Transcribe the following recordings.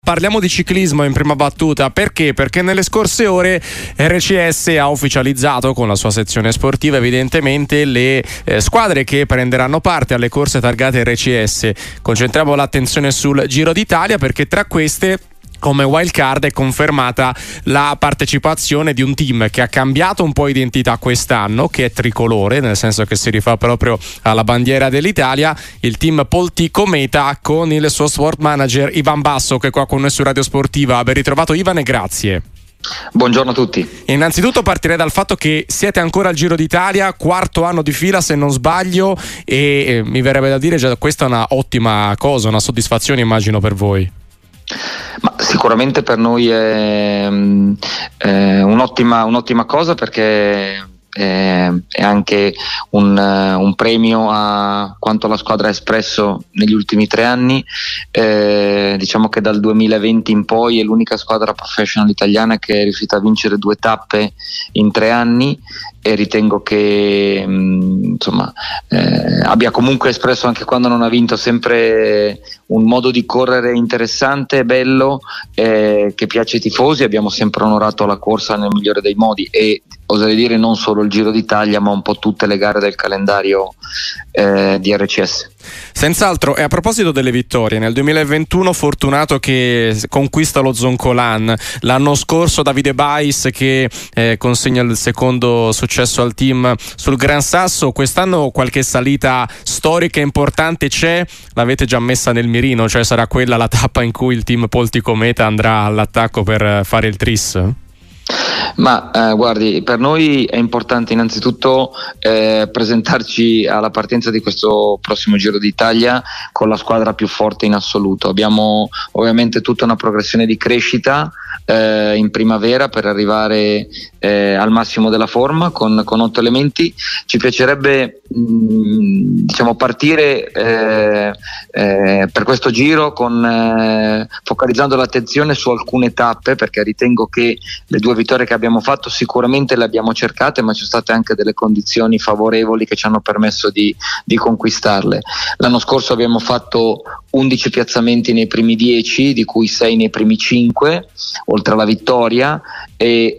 Parliamo di ciclismo in prima battuta, perché? Perché nelle scorse ore RCS ha ufficializzato con la sua sezione sportiva evidentemente le squadre che prenderanno parte alle corse targate RCS. Concentriamo l'attenzione sul Giro d'Italia perché tra queste, come wild card, è confermata la partecipazione di un team che ha cambiato un po' identità quest'anno, che è tricolore, nel senso che si rifà proprio alla bandiera dell'Italia, il team Poltico Meta con il suo sport manager Ivan Basso, che è qua con noi su Radio Sportiva. Ben ritrovato Ivan e grazie. Buongiorno a tutti. Innanzitutto partirei dal fatto che siete ancora al Giro d'Italia, quarto anno di fila se non sbaglio, e mi verrebbe da dire già questa è una ottima cosa, una soddisfazione immagino per voi. Ma sicuramente per noi è un'ottima cosa, perché è anche un premio a quanto la squadra ha espresso negli ultimi 3 anni. Diciamo che dal 2020 in poi è l'unica squadra professional italiana che è riuscita a vincere 2 tappe in 3 anni, e ritengo che abbia comunque espresso, anche quando non ha vinto, sempre un modo di correre interessante, bello, che piace ai tifosi. Abbiamo sempre onorato la corsa nel migliore dei modi, e oserei dire non solo il Giro d'Italia ma un po' tutte le gare del calendario di RCS. Senz'altro. E a proposito delle vittorie, nel 2021 Fortunato che conquista lo Zoncolan, l'anno scorso Davide Bais che consegna il secondo successo al team sul Gran Sasso. Quest'anno qualche salita storica importante c'è? L'avete già messa nel mirino? Cioè sarà quella la tappa in cui il team Poltico Meta andrà all'attacco per fare il tris? Ma guardi, per noi è importante innanzitutto presentarci alla partenza di questo prossimo Giro d'Italia con la squadra più forte in assoluto. Abbiamo ovviamente tutta una progressione di crescita in primavera per arrivare al massimo della forma con 8 elementi. Ci piacerebbe partire per questo giro focalizzando l'attenzione su alcune tappe, perché ritengo che le 2 vittorie che abbiamo fatto sicuramente le abbiamo cercate, ma ci sono state anche delle condizioni favorevoli che ci hanno permesso di conquistarle. L'anno scorso abbiamo fatto 11 piazzamenti nei primi 10, di cui 6 nei primi 5, oltre alla vittoria, e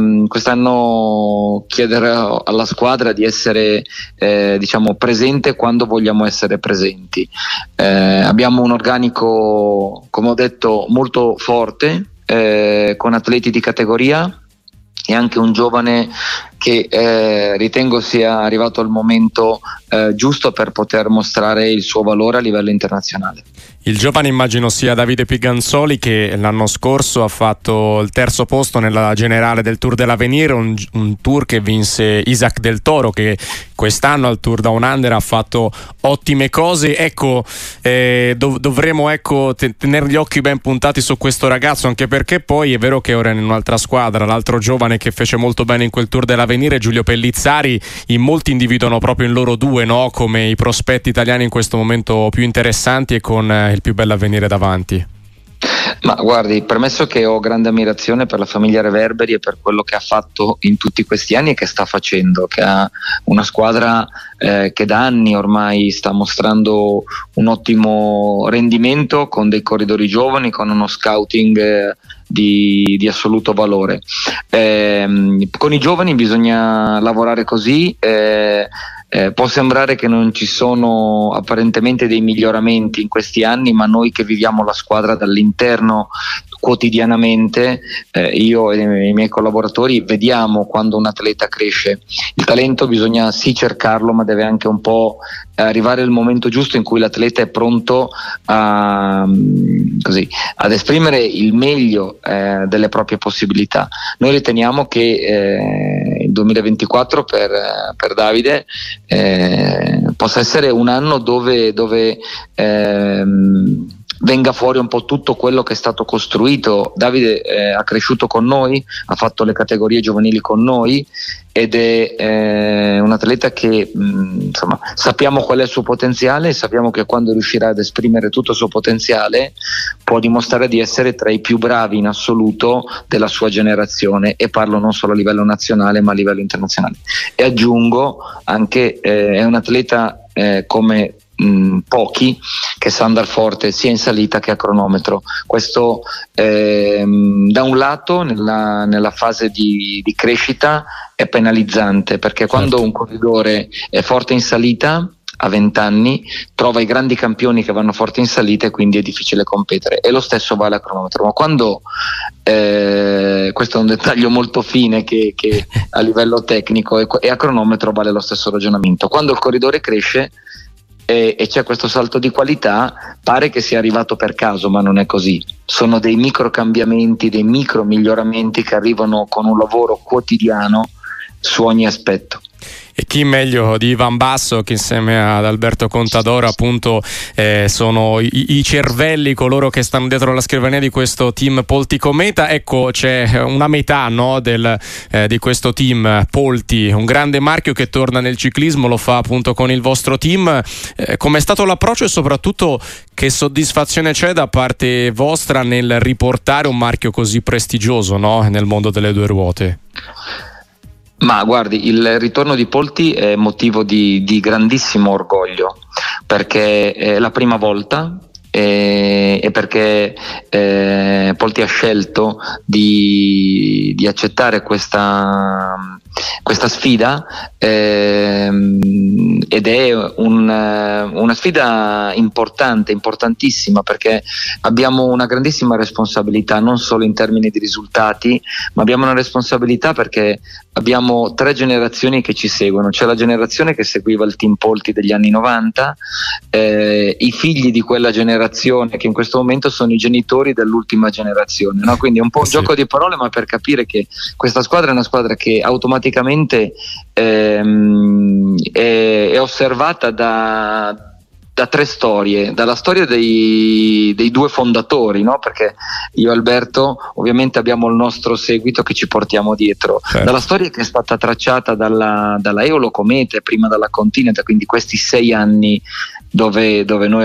quest'anno chiederò alla squadra di essere presente quando vogliamo essere presenti. Abbiamo un organico, come ho detto, molto forte, con atleti di categoria e anche un giovane che ritengo sia arrivato al momento giusto per poter mostrare il suo valore a livello internazionale. Il giovane immagino sia Davide Piganzoli, che l'anno scorso ha fatto il 3° posto nella generale del Tour dell'Avenir, un tour che vinse Isaac Del Toro, che quest'anno al Tour Down Under ha fatto ottime cose. Ecco, dovremo tenere gli occhi ben puntati su questo ragazzo, anche perché poi è vero che ora è in un'altra squadra. L'altro giovane che fece molto bene in quel Tour dell'Avenir è Giulio Pellizzari. In molti individuano proprio in loro 2, no? Come i prospetti italiani in questo momento più interessanti e con il più bello avvenire davanti. Ma guardi, premesso che ho grande ammirazione per la famiglia Reverberi e per quello che ha fatto in tutti questi anni e che sta facendo, che ha una squadra che da anni ormai sta mostrando un ottimo rendimento, con dei corridori giovani, con uno scouting di assoluto valore. Con i giovani bisogna lavorare così. Può sembrare che non ci sono apparentemente dei miglioramenti in questi anni, ma noi che viviamo la squadra dall'interno quotidianamente, io e i miei collaboratori vediamo quando un atleta cresce. Il talento bisogna sì cercarlo, ma deve anche un po' arrivare il momento giusto in cui l'atleta è pronto ad esprimere il meglio delle proprie possibilità. Noi riteniamo che il 2024 per Davide possa essere un anno dove venga fuori un po' tutto quello che è stato costruito. Davide ha cresciuto con noi, ha fatto le categorie giovanili con noi ed è un atleta che sappiamo qual è il suo potenziale, sappiamo che quando riuscirà ad esprimere tutto il suo potenziale può dimostrare di essere tra i più bravi in assoluto della sua generazione, e parlo non solo a livello nazionale ma a livello internazionale. E aggiungo anche è un atleta come pochi che sanno andare forte sia in salita che a cronometro. Questo da un lato nella fase di crescita è penalizzante, perché quando un corridore è forte in salita a 20 anni trova i grandi campioni che vanno forti in salita e quindi è difficile competere, e lo stesso vale a cronometro. Ma quando questo è un dettaglio molto fine che a livello tecnico, e a cronometro vale lo stesso ragionamento. Quando il corridore cresce e c'è questo salto di qualità, pare che sia arrivato per caso, ma non è così. Sono dei micro cambiamenti, dei micro miglioramenti che arrivano con un lavoro quotidiano su ogni aspetto. E chi meglio di Ivan Basso, che insieme ad Alberto Contador appunto sono i cervelli, coloro che stanno dietro la scrivania di questo team Polti Cometa. Ecco, c'è una metà, no, di questo team Polti, un grande marchio che torna nel ciclismo, lo fa appunto con il vostro team. Com'è stato l'approccio e soprattutto che soddisfazione c'è da parte vostra nel riportare un marchio così prestigioso, no, nel mondo delle due ruote? Ma guardi, il ritorno di Polti è motivo di grandissimo orgoglio, perché è la prima volta e perché Polti ha scelto di accettare questa sfida, ed è una sfida importante, importantissima, perché abbiamo una grandissima responsabilità, non solo in termini di risultati, ma abbiamo una responsabilità perché abbiamo 3 generazioni che ci seguono. C'è la generazione che seguiva il team Polti degli anni 90, i figli di quella generazione che in questo momento sono i genitori dell'ultima generazione, no? Quindi è un po' un gioco di parole, ma per capire che questa squadra è una squadra che automaticamente è osservata da 3 storie, dalla storia dei 2 fondatori, no? Perché io e Alberto ovviamente abbiamo il nostro seguito che ci portiamo dietro, dalla storia che è stata tracciata dalla Eolo Cometa, prima dalla Continental, quindi questi 6 anni dove noi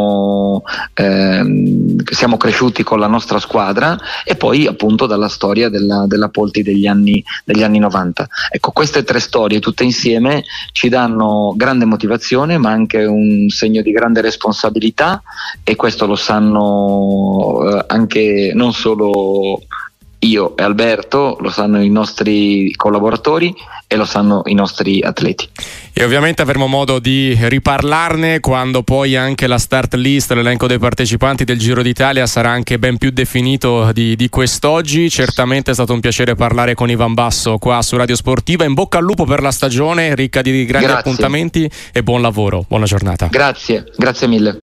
siamo cresciuti con la nostra squadra, e poi appunto dalla storia della Polti degli anni 90. Ecco, queste 3 storie tutte insieme ci danno grande motivazione, ma anche un segno di grande responsabilità, e questo lo sanno anche non solo io e Alberto, lo sanno i nostri collaboratori e lo sanno i nostri atleti. E ovviamente avremo modo di riparlarne quando poi anche la start list, l'elenco dei partecipanti del Giro d'Italia sarà anche ben più definito di quest'oggi. Certamente è stato un piacere parlare con Ivan Basso qua su Radio Sportiva. In bocca al lupo per la stagione ricca di grandi appuntamenti e buon lavoro, buona giornata. Grazie mille.